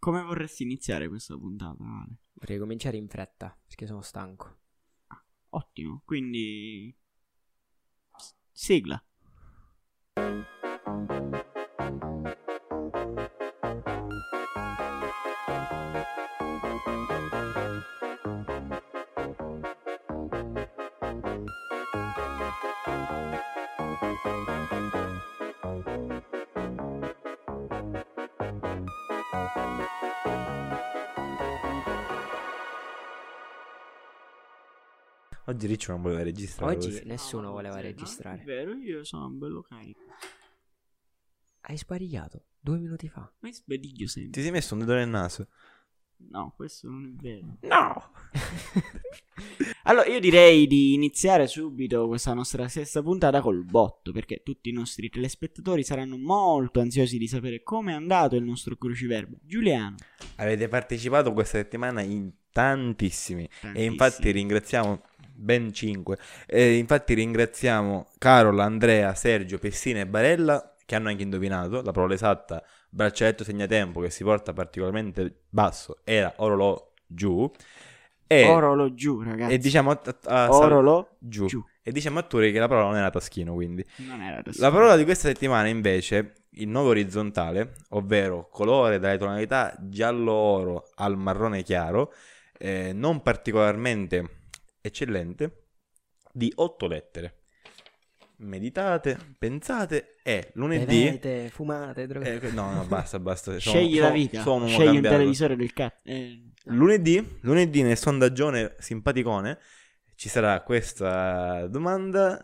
Come vorresti iniziare questa puntata, Ale? Vorrei cominciare in fretta perché sono stanco. Ottimo, quindi sigla. Oggi Riccio non voleva registrare. Oggi così. nessuno voleva È registrare. vero, io sono bello carico. Hai sbarigliato 2 minuti fa. Ma sbadiglio sempre. Ti sei messo un dedo nel naso? No, questo non è vero. No! Allora, io direi di iniziare subito questa nostra sesta puntata col botto, perché tutti i nostri telespettatori saranno molto ansiosi di sapere come è andato il nostro cruciverba. Giuliano. Avete partecipato questa settimana in tantissimi. Tantissimi. E infatti ringraziamo ben 5. Infatti ringraziamo Carola, Andrea, Sergio, Pessina e Barella che hanno anche indovinato la parola esatta. Braccialetto segnatempo che si porta particolarmente basso era orolò giù. Orolo giù, ragazzi. E diciamo Orolo giù. giù. E diciamo a Turi che la parola non era taschino, quindi. Non era da La parola di questa settimana invece, il nuovo orizzontale, ovvero colore dalle tonalità giallo-oro al marrone chiaro, non particolarmente eccellente, di 8 lettere. Meditate, pensate e lunedì... Bevete, fumate, drogate. no, basta. Scegli la vita. Sono Scegli un cambiato. televisore del cazzo. Lunedì nel sondaggione simpaticone ci sarà questa domanda,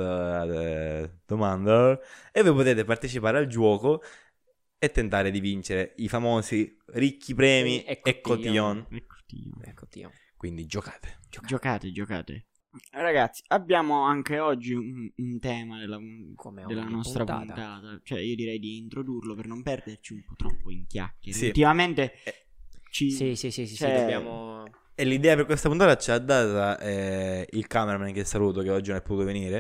e voi potete partecipare al gioco e tentare di vincere i famosi ricchi premi e cotillon. Ecco, Dio. Quindi giocate. Giocate. Ragazzi, abbiamo anche oggi un tema della ogni nostra puntata. puntata. Cioè, io direi di introdurlo per non perderci un po' troppo in chiacchiere. Sì. Ultimamente ci... Sì, cioè, dobbiamo... E l'idea per questa puntata ci ha data il cameraman che saluto, che oggi non è potuto venire,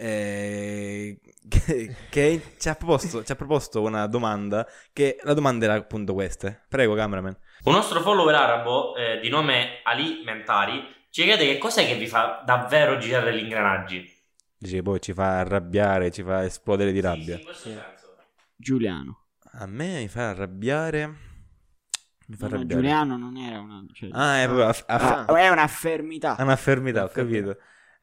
che ci ha proposto una domanda, che la domanda era appunto questa. Prego, cameraman. Un nostro follower arabo di nome Ali Mentari ci chiede che cos'è che vi fa davvero girare gli ingranaggi. Dice che poi ci fa arrabbiare, ci fa esplodere di rabbia. Sì, in questo senso. Giuliano. A me mi fa arrabbiare. No, Giuliano non era una... Cioè, È proprio è un'affermità. un'affermità, ho capito.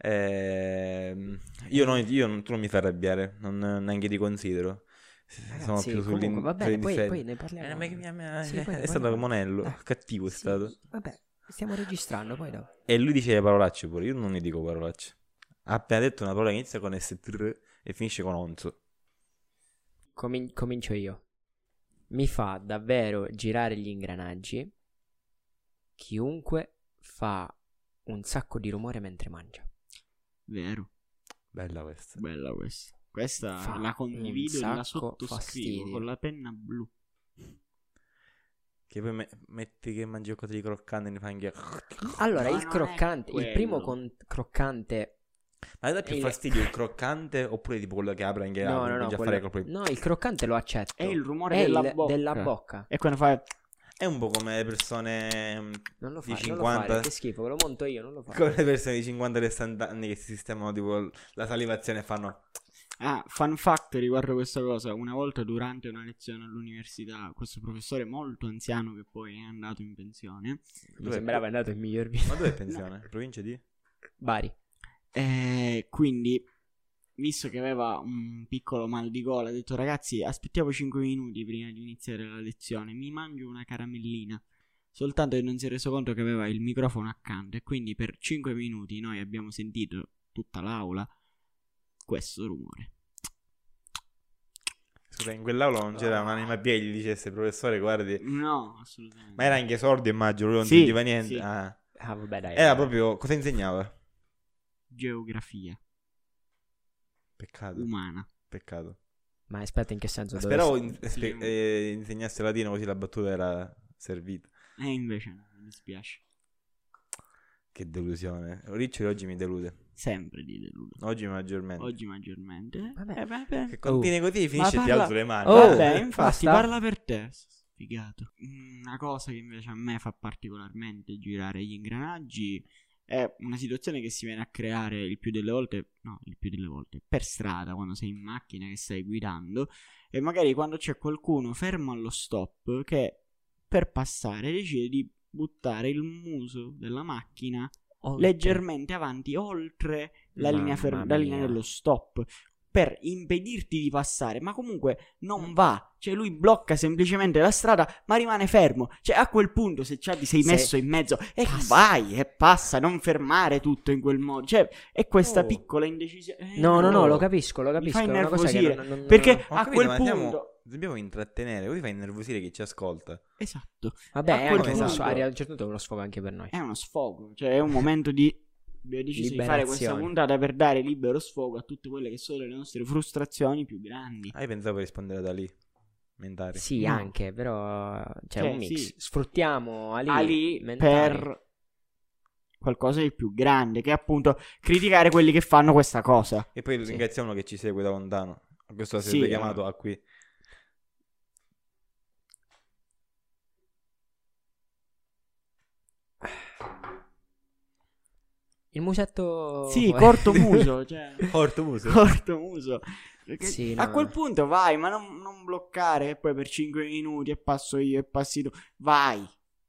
Tu non mi fai arrabbiare, neanche ti considero. Sono Ragazzi, più comunque, va bene, poi sull'indifferenza. ne parliamo. Sì, poi ne È stato parliamo. monello, cattivo è Sì, stato. Vabbè, stiamo registrando, poi dopo. E lui dice le parolacce pure, io non ne dico parolacce. Ha appena detto una parola che inizia con STR e finisce con onzo. Comincio io. Mi fa davvero girare gli ingranaggi chiunque fa un sacco di rumore mentre mangia. Vero. Bella questa. Bella questa. Questa Fa la condivido e un la sacco sottoscrivo fastidio. con la penna blu. Che poi metti che mangi qualcosa di croccante e ne fai anche... Allora, Ma il non è croccante, il primo quello. croccante... Ma dà più Il- fastidio il croccante oppure tipo quello che apre anche No, apre, no, già quello- fare colpo di- no, il croccante lo accetto. È il rumore È della il- bocca. della bocca. E quando fai... È un po' come le persone Non lo di fare, non 50 lo fare, che schifo, ve lo monto io, non lo fare. come le persone di 50-60 anni che si sistemano tipo la salivazione e fanno Fun fact riguardo questa cosa. Una volta durante una lezione all'università, questo professore molto anziano che poi è andato in pensione, Mi Dov'è? sembrava andato in miglior ma vita. dove è pensione? Provincia di? Bari. quindi, visto che aveva un piccolo mal di gola, ha detto: ragazzi, aspettiamo 5 minuti prima di iniziare la lezione, mi mangio una caramellina. Soltanto che non si è reso conto che aveva il microfono accanto, e quindi per 5 minuti noi abbiamo sentito, tutta l'aula, questo rumore. Scusa, in quell'aula non c'era un'anima a piedi gli dicesse professore guardi, No, assolutamente. ma era anche sordo immagino, lui non Sì, sentiva niente. sì. Ah. Ah, vabbè, dai. Era proprio, cosa insegnava? Geografia Peccato, umana. peccato. Ma aspetta, in che senso? Speravo Sì. insegnasse latino così la battuta era servita. E invece no, mi dispiace. Che delusione. Riccioli oggi mi delude. Sempre di deludo. Oggi maggiormente. Oggi maggiormente. Vabbè. Vabbè. Che continui così finisce e ti parla- alzo le mani. Oh, Vabbè, infatti basta. parla per te. sfigato. Una cosa che invece a me fa particolarmente girare gli ingranaggi è una situazione che si viene a creare il più delle volte per strada, quando sei in macchina che stai guidando, e magari quando c'è qualcuno fermo allo stop che per passare decide di buttare il muso della macchina leggermente avanti oltre la linea dello stop per impedirti di passare, ma comunque non va, cioè lui blocca semplicemente la strada ma rimane fermo, cioè a quel punto se ti sei messo in mezzo e vai e passa, non fermare tutto in quel modo, cioè è questa piccola indecisione. No, lo capisco, mi fa è una cosa che innervosire, perché Ho a capito, quel ma punto dobbiamo intrattenere, così fa innervosire chi ci ascolta. esatto, vabbè, a quel punto a un certo punto è uno sfogo anche per noi. è uno sfogo, cioè è un momento di abbiamo deciso di fare questa puntata per dare libero sfogo a tutte quelle che sono le nostre frustrazioni più grandi. Pensavo di rispondere da lì. Mentari. Sì, No. anche, però c'è Cioè, un mix. sì. Sfruttiamo Ali mentali. per qualcosa di più grande, che è appunto criticare quelli che fanno questa cosa. E poi ringraziamo uno che ci segue da lontano. Questo Sì, sarebbe chiamato a qui. Il musetto. Sì, corto muso, cioè Corto muso. corto muso. Perché Sì, a no. quel punto vai, ma non bloccare e poi per 5 minuti e passo io e passi tu. Vai.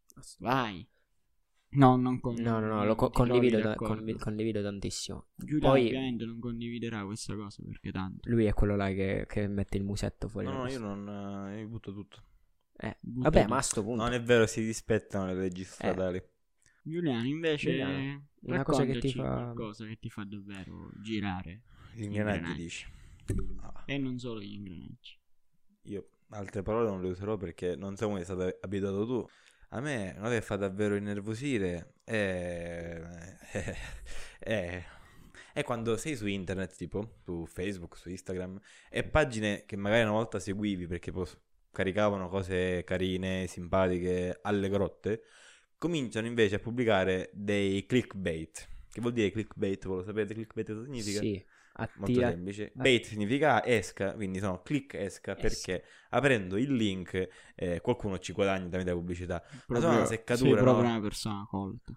No, non No, lo non ti condivido, trovi d'accordo. condivido tantissimo. Giulia Poi ovviamente non condividerà questa cosa perché tanto lui è quello là che mette il musetto fuori. No, dalla io pista. non. Io butto tutto. butta Vabbè, tutto. ma a sto punto. Non è vero, si rispettano le leggi stradali. Giuliano invece Giuliano, una cosa che ti raccontaci fa- qualcosa che ti fa davvero girare Gli ingranaggi dici. e non solo gli ingranaggi. Io altre parole non le userò perché non so come sei stato abituato tu. A me una cosa che fa davvero innervosire è quando sei su internet, tipo su Facebook, su Instagram, e pagine che magari una volta seguivi perché caricavano cose carine, simpatiche, alle grotte, cominciano invece a pubblicare dei clickbait. Che vuol dire clickbait? Voi lo sapete clickbait cosa significa? Sì, Molto semplice. Bait significa esca, quindi sono click esca perché aprendo il link qualcuno ci guadagna tramite la pubblicità. Ma sono una seccatura, sì, proprio no? una persona colta.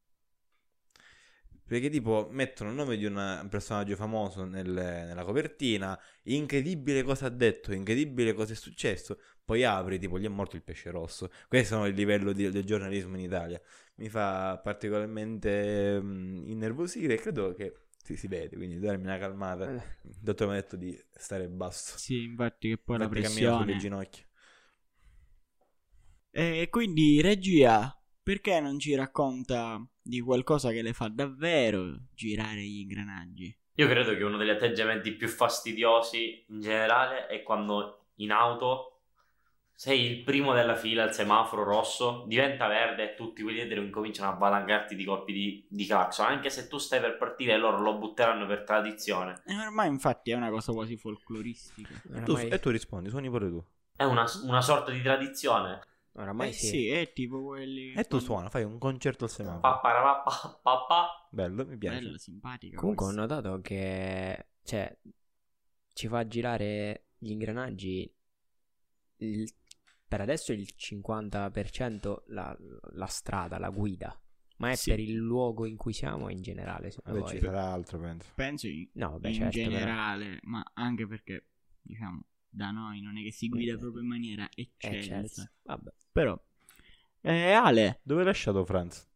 Perché tipo mettono il nome di un personaggio famoso nella copertina, incredibile cosa ha detto, incredibile cosa è successo, poi apri tipo gli è morto il pesce rosso. Questo è il livello del giornalismo in Italia. Mi fa particolarmente innervosire e credo che si vede, quindi darmi una calmata. Il dottore mi ha detto di stare basso. Sì, infatti che poi Infatti la cammino sulle pressione. ginocchia. E quindi regia, perché non ci racconta di qualcosa che le fa davvero girare gli ingranaggi? Io credo che uno degli atteggiamenti più fastidiosi in generale è quando in auto sei il primo della fila al semaforo rosso, diventa verde e tutti quelli dietro incominciano a valangarti di colpi di clacson, anche se tu stai per partire loro lo butteranno per tradizione. E ormai infatti è una cosa quasi folcloristica. Oramai, Tu rispondi, suoni pure tu. È una sorta di tradizione. oramai Sì, è tipo quelli che E tu fanno- suona, fai un concerto al semaforo. Papà. Bello, mi piace. Bella, simpatica. Comunque ho questa. notato che ci fa girare gli ingranaggi per adesso il 50% la strada, la guida. Ma è Sì. per il luogo in cui siamo in generale, secondo Vabbè, voi? ci sarà altro, penso. Penso in, No, vabbè, in certo, generale, ma anche perché, diciamo, da noi non è che si guida proprio in maniera certo. eccelsa. Vabbè. Però, Ale, Dove hai lasciato Franz?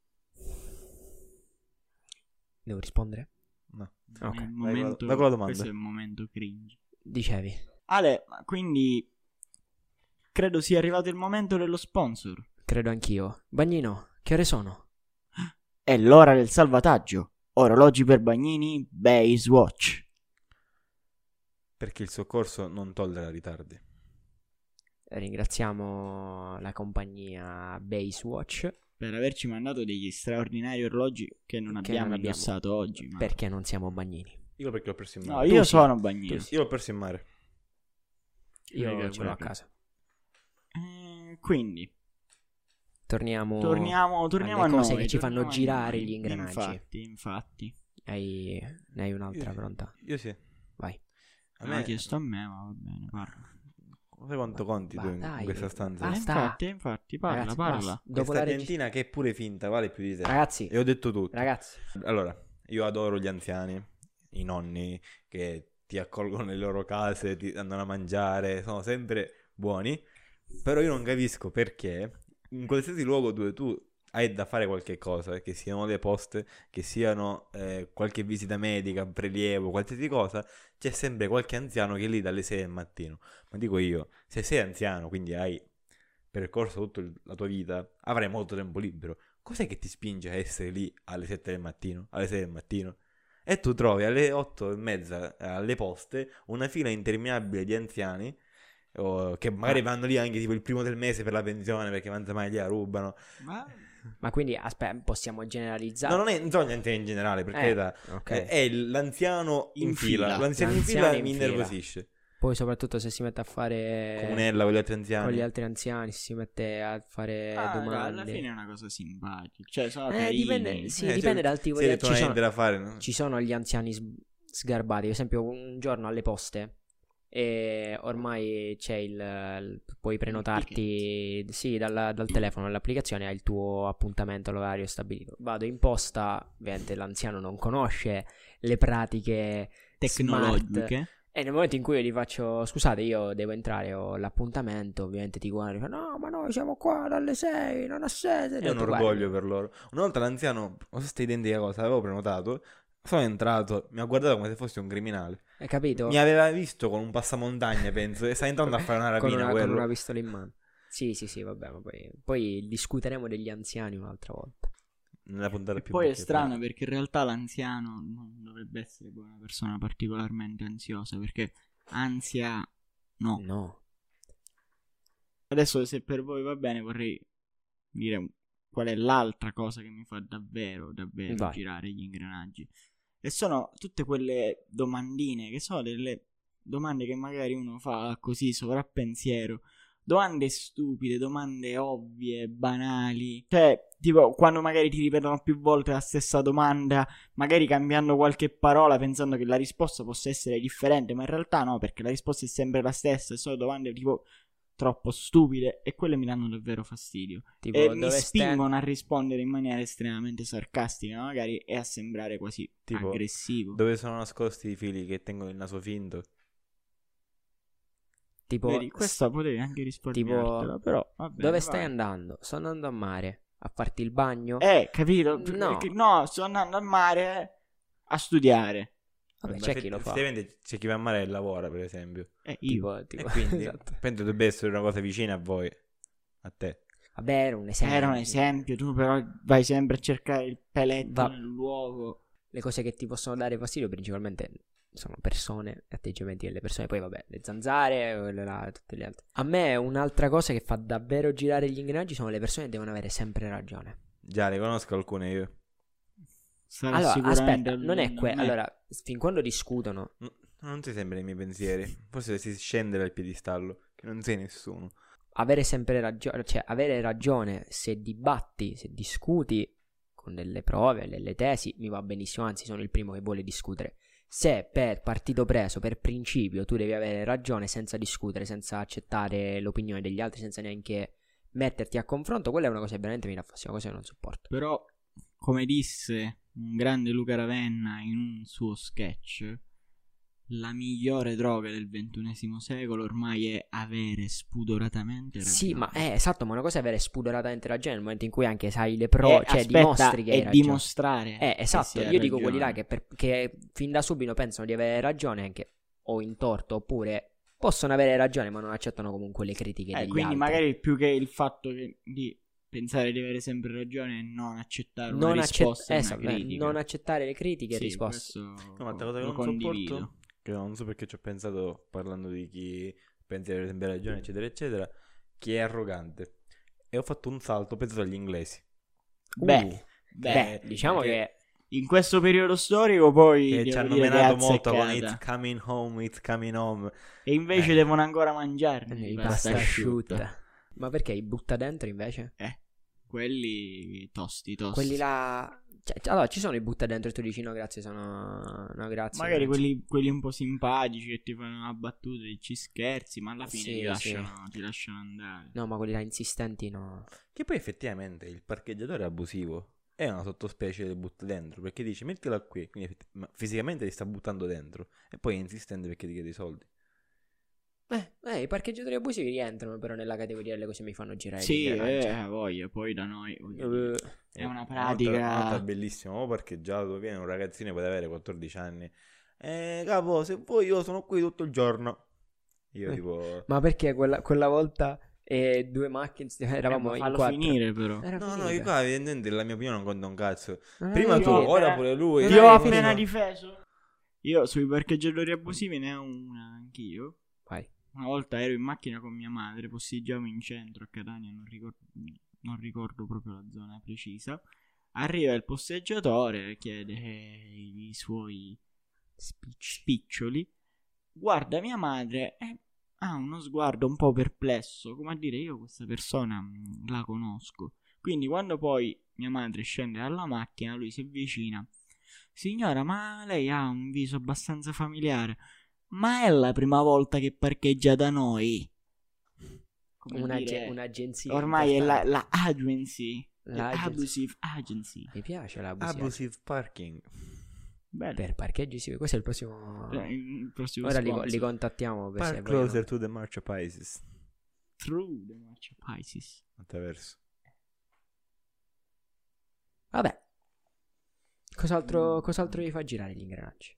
Devo rispondere? No. Ok. è il vai momento, con la domanda. questo è il momento cringe. Dicevi? Ale, ma quindi credo sia arrivato il momento dello sponsor. Credo anch'io. Bagnino, che ore sono? È l'ora del salvataggio. Orologi per bagnini, Base Watch. Perché il soccorso non tollera ritardi. Ringraziamo la compagnia Base Watch Per averci mandato degli straordinari orologi che non Che abbiamo non abbiamo. indossato oggi. Ma... perché non siamo bagnini. Io perché l'ho perso in No, mare. io sì. sono bagnino. Io l'ho perso in mare. Io Raga, ce l'ho a raga. casa. Quindi Torniamo torniamo alle a cose noi, che ci fanno torniamo a girare noi. gli ingranaggi. Infatti. Ne hai un'altra pronta? Io sì. Vai. A Me l'ha chiesto a me, ma va bene, parla. Non sai quanto conti tu in dai, questa stanza? basta. Infatti, parla, Ragazzi, parla. basta. Dopo Questa la tentina che è pure finta vale più di te. Ragazzi, E ho detto tutto. ragazzi, Allora, io adoro gli anziani, i nonni che ti accolgono nelle loro case, ti danno da mangiare, sono sempre buoni, però io non capisco perché in qualsiasi luogo dove tu hai da fare qualche cosa, che siano le poste, che siano qualche visita medica, prelievo, qualsiasi cosa, c'è sempre qualche anziano che è lì dalle 6 del mattino. Ma dico io, se sei anziano, quindi hai percorso tutta la tua vita, avrai molto tempo libero. Cos'è che ti spinge a essere lì alle 7 del mattino, alle 6 del mattino? E tu trovi alle 8 e mezza alle poste una fila interminabile di anziani che magari vanno lì anche tipo il primo del mese per la pensione perché manza mai gliela rubano. ma quindi aspetta, possiamo generalizzare? No, non sono gli anziani in generale, per carità. ok. È l'anziano in fila. L'anziano in L'anziano fila in mi fila. innervosisce. Poi soprattutto se si mette a fare Comunella con gli altri anziani. con gli altri anziani, si mette a fare domande. Alla fine è una cosa simpatica. Cioè, sono dipende, carini. sì, dipende dal tipo di Se tu non hai niente da fare, no? ci sono gli anziani sgarbati. Per esempio, un giorno alle poste e ormai c'è puoi prenotarti dal telefono, dall'applicazione, hai il tuo appuntamento, l'orario stabilito. Vado in posta, ovviamente l'anziano non conosce le pratiche Tecnologiche. smart. E nel momento in cui io gli faccio, scusate, io devo entrare, ho l'appuntamento, ovviamente ti guardo e dico, no, ma noi siamo qua dalle 6, non ha sede. È un orgoglio per loro. Una volta l'anziano, non so se è identica cosa, avevo prenotato, sono entrato, mi ha guardato come se fossi un criminale. Hai capito? Mi aveva visto con un passamontagna, penso, e sta entrando a fare una rapina con quello. una pistola in mano. Sì, vabbè, ma poi discuteremo degli anziani un'altra volta. Nella puntata più Poi è vecchia, strano perché in realtà l'anziano non dovrebbe essere poi una persona particolarmente ansiosa, perché ansia no. No. Adesso se per voi va bene vorrei dire qual è l'altra cosa che mi fa davvero Vai. girare gli ingranaggi. E sono tutte quelle domandine che sono delle domande che magari uno fa così sovrappensiero. Domande stupide, domande ovvie, banali. Cioè, tipo, quando magari ti ripetono più volte la stessa domanda, magari cambiando qualche parola, pensando che la risposta possa essere differente, ma in realtà no, perché la risposta è sempre la stessa. E sono domande tipo troppo stupide, e quelle mi danno davvero fastidio. Tipo, E mi dove spingono a rispondere in maniera estremamente sarcastica, magari, e a sembrare quasi Tipo, aggressivo. Dove sono nascosti i fili che tengono il naso finto? Tipo, Vedi, questa potevi anche risparmiartela, però va bene, dove stai vai. andando? Sto andando a mare. A farti il bagno? Capito? No. No, sto andando al mare a studiare. Vabbè, Ma c'è chi lo fa. effettivamente c'è chi va a mare e lavora, per esempio. Io. Tipo, E quindi esatto. penso dovrebbe essere una cosa vicina a voi, a te. Vabbè, era un esempio. Era un esempio, tu però vai sempre a cercare il peletto Va- nel luogo. Le cose che ti possono dare fastidio principalmente sono persone, atteggiamenti delle persone. Poi vabbè, le zanzare, tutte le altre. A me un'altra cosa che fa davvero girare gli ingranaggi sono le persone che devono avere sempre ragione. Già, ne conosco alcune io. Sarà Allora, sicuramente aspetta, non è me. allora, fin quando discutono, Non ti sembra i miei pensieri. Forse si scende dal piedistallo, che non sei nessuno. avere sempre ragione, cioè avere ragione se dibatti, se discuti con delle prove, delle tesi, mi va benissimo, anzi sono il primo che vuole discutere. Se per partito preso, per principio, tu devi avere ragione senza discutere, senza accettare l'opinione degli altri, senza neanche metterti a confronto, quella è una cosa che veramente mi dà fastidio, una cosa che non sopporto. Però, come disse un grande Luca Ravenna in un suo sketch, la migliore droga del XXI secolo ormai è avere spudoratamente ragione. Sì, ma è esatto, ma una cosa è avere spudoratamente ragione nel momento in cui anche sai le pro, cioè aspetta, dimostri che hai è ragione. dimostrare. Esatto, che si ha io dico quelli là ragione. che fin da subito pensano di avere ragione anche o in torto, oppure possono avere ragione ma non accettano comunque le critiche degli Quindi altri. magari più che il fatto di pensare di avere sempre ragione, non accettare una non, risposta a una esatto, critica. non accettare le critiche e Sì, risposte. questo No, ma te cosa che lo non condivido. sopporto, che non so perché ci ho pensato parlando di chi pensa di avere sempre ragione, eccetera, eccetera, chi è arrogante. E ho fatto un salto, ho pensato agli inglesi. Beh, diciamo perché- che in questo periodo storico poi Che devo ci hanno dire che menato è molto con azzeccata. It's coming home, it's coming home. E invece devono ancora mangiarne i di pasta pasta asciutta. asciutta. Ma perché i butta dentro invece? Quelli tosti. Quelli là Allora, ci sono i butta dentro e tu dici no, grazie, no, grazie. Magari grazie. quelli un po' simpatici che ti fanno una battuta e ci scherzi, ma alla fine Sì, ti lasciano andare. No, ma quelli là insistenti no. Che poi effettivamente il parcheggiatore abusivo è una sottospecie del butta dentro, perché dici mettila qui, quindi ma fisicamente ti sta buttando dentro e poi è insistente perché ti chiede i soldi. I parcheggiatori abusivi rientrano però nella categoria delle cose che mi fanno girare Sì, di ingranaggi. voglio, poi da noi Eh, è una Una pratica. nota bellissima, ho parcheggiato, viene un ragazzino, può avere 14 anni. Capo, se vuoi io sono qui tutto il giorno. Io tipo... Ma perché quella volta due macchine eravamo in fallo quattro. finire però. Era No, finita. io qua evidentemente la mia opinione non conta un cazzo. Non Prima avevi tu, finito. ora pure lui. Ti ho avevi appena finito. difeso. Io sui parcheggiatori abusivi ne ho una anch'io. Vai. Una volta ero in macchina con mia madre, posteggiavo in centro a Catania, non ricordo proprio la zona precisa. Arriva il posteggiatore, chiede i suoi spiccioli, guarda mia madre e ha uno sguardo un po' perplesso, come a dire io questa persona la conosco. Quindi quando poi mia madre scende dalla macchina, lui si avvicina. Signora, ma lei ha un viso abbastanza familiare. Ma è la prima volta che parcheggia da noi? Come dire, Un'agenzia. ormai è importante. la agency. L'agency. Abusive agency. Mi piace l'abusivo. Abusive parking. Bello. Per parcheggi sì, questo è il prossimo. Il prossimo Ora sponsor. li contattiamo per se Park vogliono. closer to the March of Pisces. Through the March of Pisces. Attraverso. Vabbè. Cos'altro vi fa girare gli ingranaggi?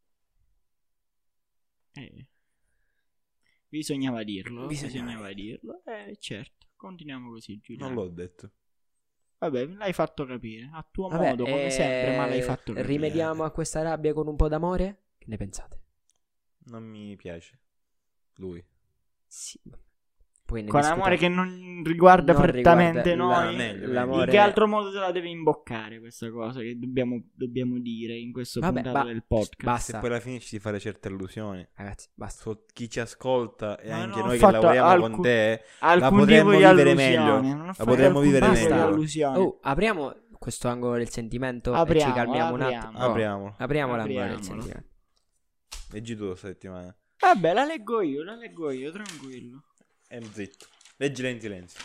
Bisognava dirlo. Bisognava dirlo. Certo. Continuiamo così, Giuliano. Non l'ho detto. Vabbè, l'hai fatto capire. A tuo Vabbè, modo, come sempre, ma l'hai fatto capire. Rimediamo a questa rabbia con un po' d'amore? Che ne pensate? Non mi piace. Lui. Sì. Poi ne Con discutiamo. amore che non riguarda Non prettamente riguarda noi. meglio, l'amore- In che altro modo te la devi imboccare questa cosa che dobbiamo dire in questo Vabbè, puntato del podcast? basta. Se poi alla fine ci fare certe illusioni. Ragazzi, basta. Chi ci ascolta e Ma anche non ho noi che fatto lavoriamo con te, Alcun potremmo tipo di vivere allusione. meglio. Non ho La fatto potremmo alcun vivere tipo di meglio. allusione. Oh, apriamo questo angolo del sentimento e ci Apriamo, calmiamo un apriamo. attimo. Oh, Apriamo. apriamo l'angolo del Apriamolo. sentimento. Leggi tu questa settimana. Vabbè, la leggo io, tranquillo. Zitto. Leggila in silenzio.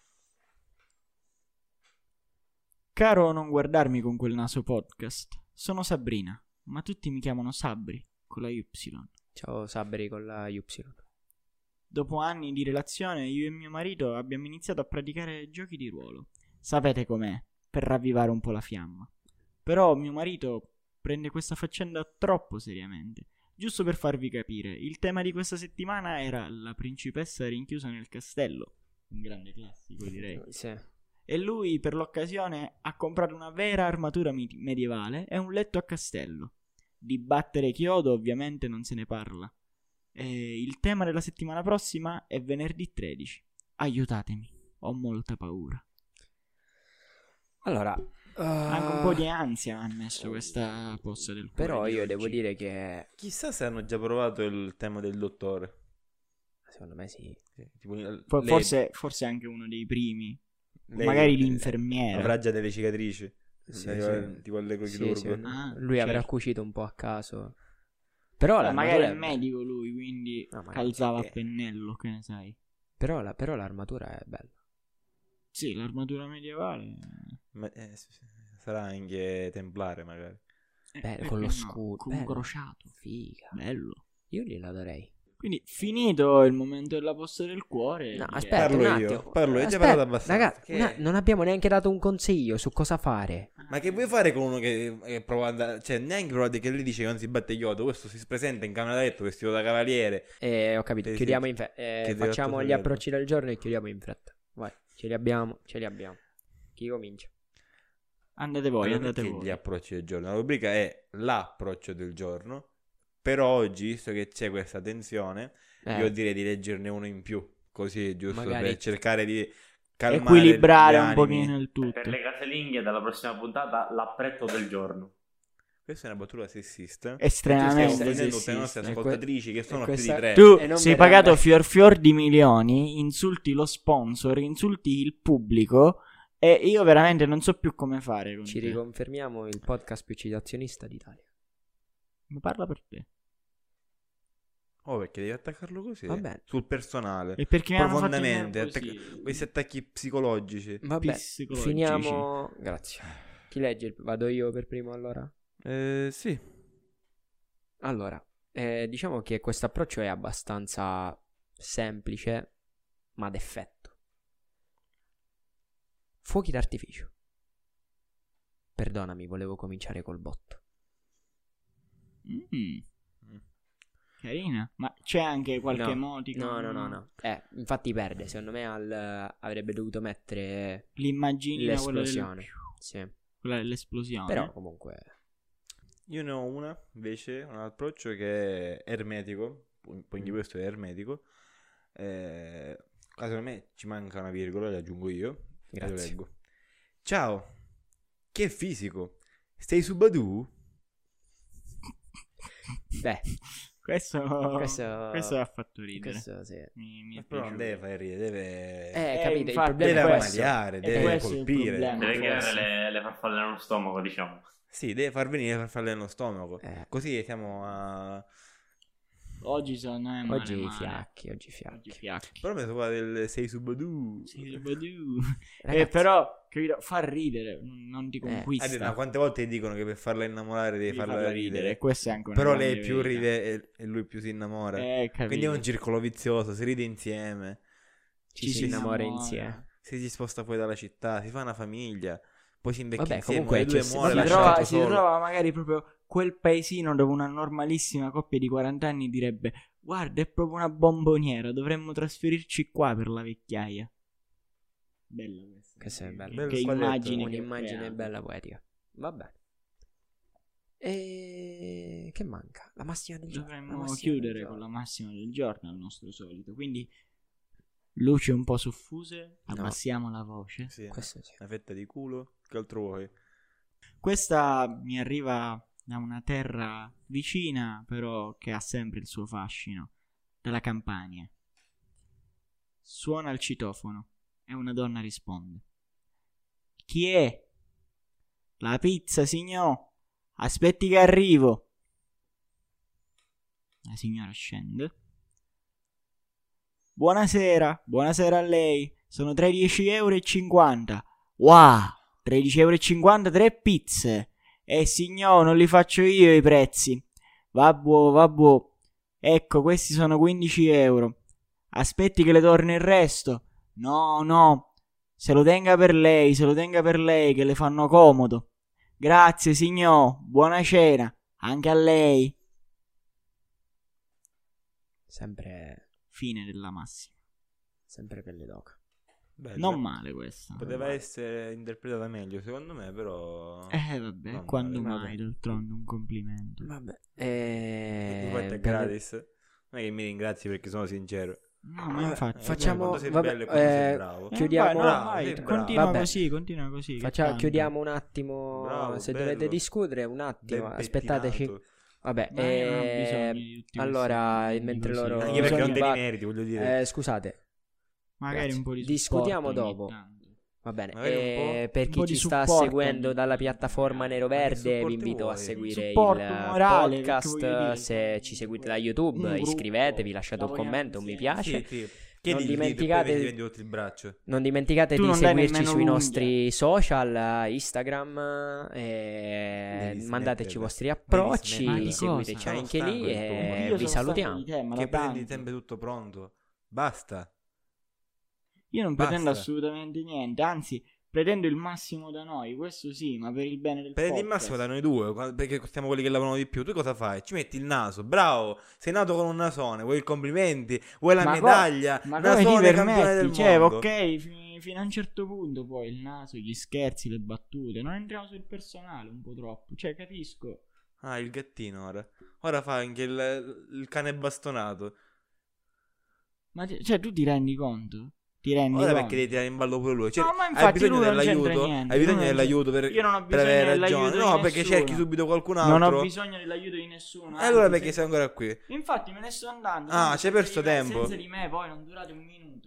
Caro non guardarmi con quel naso podcast. Sono Sabrina, ma tutti mi chiamano Sabri con la Y. Ciao Sabri con la Y. Dopo anni di relazione, io e mio marito abbiamo iniziato a praticare giochi di ruolo. Sapete com'è, per ravvivare un po' la fiamma. Però mio marito prende questa faccenda troppo seriamente. Giusto per farvi capire, il tema di questa settimana era la principessa rinchiusa nel castello. Un grande classico, direi. Sì. E lui, per l'occasione, ha comprato una vera armatura medievale e un letto a castello. Di battere chiodo, ovviamente, non se ne parla. E il tema della settimana prossima è venerdì 13. Aiutatemi, ho molta paura. Allora, Anche un po' di ansia ha messo questa posta del cuore. però di io oggi. devo dire che Chissà se hanno già provato il tema del dottore. secondo me sì. Tipo, Forse anche uno dei primi. lei- Magari l'infermiera. Avrà già delle cicatrici. Sì, Tipo al Sì, chirurgo. Ah, lui avrà certo. cucito un po' a caso. Però Magari l'armatura è medico lui, quindi No, magari calzava sì. a pennello, che ne sai. Però l'armatura è bella. Sì, l'armatura medievale. Sarà anche templare magari. Con lo no, scudo. con un bello. crociato. Figa. Bello. Io gliela darei. Quindi finito il momento della posta del cuore. No, direi- aspetta Parlo un io, attimo. parlo io, già Aspetta, parlato abbastanza. Ragazzi, Che- non abbiamo neanche dato un consiglio su cosa fare. Ma che vuoi fare con uno che prova ad andare... Cioè, neanche provate che lui dice che non si batte Yoda. Questo si presenta in camera da letto vestito da cavaliere. Ho capito, Sì, chiudiamo sì. in fretta. Che Facciamo devi gli fatto approcci del giorno e chiudiamo in fretta. Vai, ce li abbiamo. Chi comincia? Andate voi, Allora, andate perché voi. gli approcci del giorno. La rubrica è l'approccio del giorno. Per oggi, visto che c'è questa tensione, io direi di leggerne uno in più. Così, giusto Magari- per cercare di calmare Equilibrare gli un animi. pochino il tutto. Per le casalinghe dalla prossima puntata l'appretto del giorno. Questa è una battuta sessista. Estremamente Stiamo offendendo sessista. le nostre E ascoltatrici che sono più di questa- 3. Tu E non sei verrà pagato mai. fior di milioni, insulti lo sponsor, insulti il pubblico E io veramente non so più come fare con Ci te. riconfermiamo il podcast più citazionista d'Italia. Ma parla per te. Oh, perché devi attaccarlo così? Va bene. Sul personale. E perché mi hanno fatto Profondamente. innervosire. Questi attacchi psicologici. Vabbè, Psicologici. finiamo. Grazie. Chi legge? Vado io per primo allora? Sì. Allora, diciamo che questo approccio è abbastanza semplice, ma ad effetto. Fuochi d'artificio. Perdonami, volevo cominciare col botto. Mm. Carina. Ma c'è anche qualche No. emoticon? No. Infatti perde. Secondo me avrebbe dovuto mettere L'immaginina l'esplosione. Sì. quella dell'esplosione. Però comunque. Io ne ho una, invece, un approccio che è ermetico. Quindi questo è ermetico. Secondo me ci manca una virgola, la aggiungo io. E lo Grazie. leggo. Ciao, che fisico. Stai su Badoo? Beh, Questo questo ha fatto ridere. questo sì. Mi è Però non piaciuto. deve fare ridere, deve... Capito, il infatti, problema deve è questo. ammaliare, questo deve è il colpire. problema. Deve forse. creare le farfalle nello stomaco, diciamo. Sì, deve far venire le farfalle nello stomaco. Eh. Così siamo a... Oggi secondo me male, Oggi male. fiacchi. Oggi fiacchi. Però mi so qua del sei su Badoo. Sì, Badoo. Ragazzi, Però, capito, fa ridere, non ti conquista. Ma quante volte dicono che per farla innamorare devi farla ridere? Questa è anche una Però grande lei più verità. ride e lui più si innamora. Capito. Quindi è un circolo vizioso, si ride insieme, ci si innamora insieme. si sposta fuori dalla città, si fa una famiglia, poi si invecchia Vabbè, insieme, comunque le due c'è- muore Si lasciato trova, lasciato si solo. trova magari proprio quel paesino dove una normalissima coppia di 40 anni direbbe: guarda, è proprio una bomboniera, dovremmo trasferirci qua per la vecchiaia. Bella questa. Questa è bella. Bello Che quadretto. immagini che Un'immagine crea. bella poetica. Va bene. E che manca? La massima del giorno. Dovremmo chiudere con la massima del giorno al nostro solito. Quindi luci un po' soffuse, No. abbassiamo la voce. Sì, Questo sì. una fetta di culo, che altro vuoi? Questa mi arriva da una terra vicina, però che ha sempre il suo fascino, dalla Campania. Suona il citofono e una donna risponde: chi è? La pizza, signor. Aspetti che arrivo. La signora scende. Buonasera a lei. Sono 13,50 €. Wow, 13,50 €, 3 pizze. Signor, non li faccio io i prezzi. Vabbè. Ecco, questi sono 15 €. Aspetti che le torni il resto. No. Se lo tenga per lei, che le fanno comodo. Grazie, signor. Buona cena. Anche a lei. Sempre Fine della massima. pelle d'oca. Bella. Non male questa. Poteva essere interpretata meglio, secondo me, però... Vabbè, Non quando male, mai, d'altronde un complimento. Vabbè. Tu fai te gratis. Non è che mi ringrazi perché sono sincero. No, ma infatti. facciamo- Quando sei vabbè, bello e quando sei bravo. chiudiamo- vai, Bravo, vai, sei bravo. continua Vabbè. così. che Facciamo, tanto. chiudiamo un attimo. Bravo, se bello. dovete discutere, un attimo. Ben Aspettateci. pettinato. Vabbè. Ma io non ho bisogno di tutti allora, questi mentre così. loro. Anche perché non te li va- meriti, voglio dire. Scusate, Magari Grazie. un po' di Discutiamo supporto ogni dopo. tanto. va bene. Magari un Per un chi po' ci di sta supporto seguendo ogni dalla tanto. piattaforma Nero Ma che Verde, vi supporto invito a vuoi? seguire Supporto il morale, podcast. perché voglio dire, Se ci seguite da YouTube, un gruppo, iscrivetevi, lasciate un lavoriamo commento, un mi insieme. piace. Sì. Non Chiedi il dimenticate- dito e poi vedi oltre il braccio. Non dimenticate Tu di non dai seguirci nemmeno sui l'unghia. nostri social, Instagram, e Devi mandateci i smetterla. vostri Devi approcci, smetterla. seguiteci Sono anche stanco lì del tuo e mondo. Io vi sono stanco salutiamo. di te, ma Che da prendi tanto. sempre tutto pronto. Basta. Io non pretendo Basta. assolutamente niente, anzi, pretendo il massimo da noi, questo sì, ma per il bene del Prendi il podcast. massimo da noi due, perché siamo quelli che lavorano di più. Tu cosa fai? Ci metti il naso, bravo. Sei nato con un nasone, vuoi i complimenti, vuoi la Ma medaglia. Ma come ti nasone campione del permetti? Cioè, mondo. ok, fino a un certo punto poi il naso, gli scherzi, le battute, non entriamo sul personale un po' troppo, cioè capisco. Ah, il gattino ora. Ora fa anche il cane bastonato. Ma cioè, tu ti rendi conto? Ti rendi Ora conto? perché devi tirare in ballo pure lui. Cioè, No, ma hai infatti bisogno lui non c'entra dell'aiuto. niente, Hai bisogno lui non dell'aiuto per, Io non ho per bisogno avere dell'aiuto ragione. di No, perché nessuno. cerchi subito qualcun altro. Non ho bisogno dell'aiuto di nessuno. E allora anzi, perché sei ancora qui? Infatti me ne sto andando. Ah, tanto c'hai senza perso di me- tempo. Senza di me poi non durate un minuto.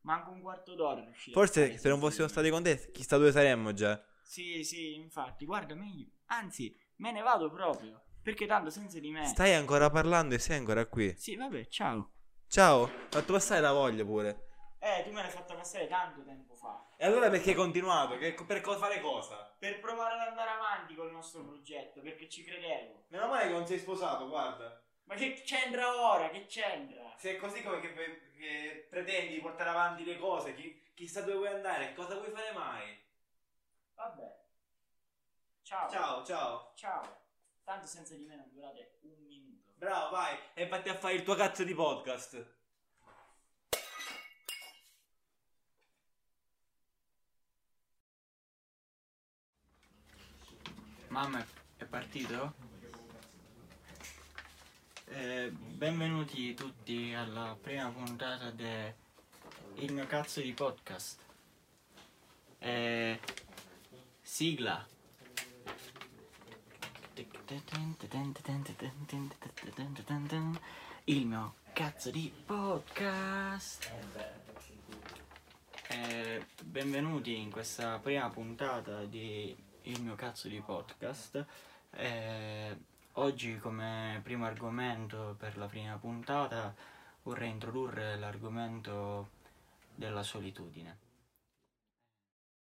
Manco un quarto d'ora riuscire a Forse fare se non senza fossimo di stati me. con te, chissà dove saremmo già. Sì, infatti, guarda, meglio. Anzi, me ne vado proprio. Perché tanto senza di me. Stai ancora parlando e sei ancora qui. Sì, vabbè, ciao. Ciao, ho fatto passare la voglia pure. Tu me l'hai fatta passare tanto tempo fa. E allora perché hai continuato? Per fare cosa? Per provare ad andare avanti col nostro progetto, perché ci credevo. Meno male che non sei sposato, guarda. Ma che c'entra ora? Che c'entra? Se è così come che pretendi di portare avanti le cose, chissà dove vuoi andare, cosa vuoi fare mai? Vabbè. Ciao. Ciao. Tanto senza di me non durate un minuto. Bravo, vai. E vatti a fare il tuo cazzo di podcast. Mamma, è partito? Benvenuti tutti alla prima puntata de Il mio cazzo di podcast. Sigla. Il mio cazzo di podcast. Benvenuti in questa prima puntata di Il mio cazzo di podcast. Oggi come primo argomento per la prima puntata vorrei introdurre l'argomento della solitudine.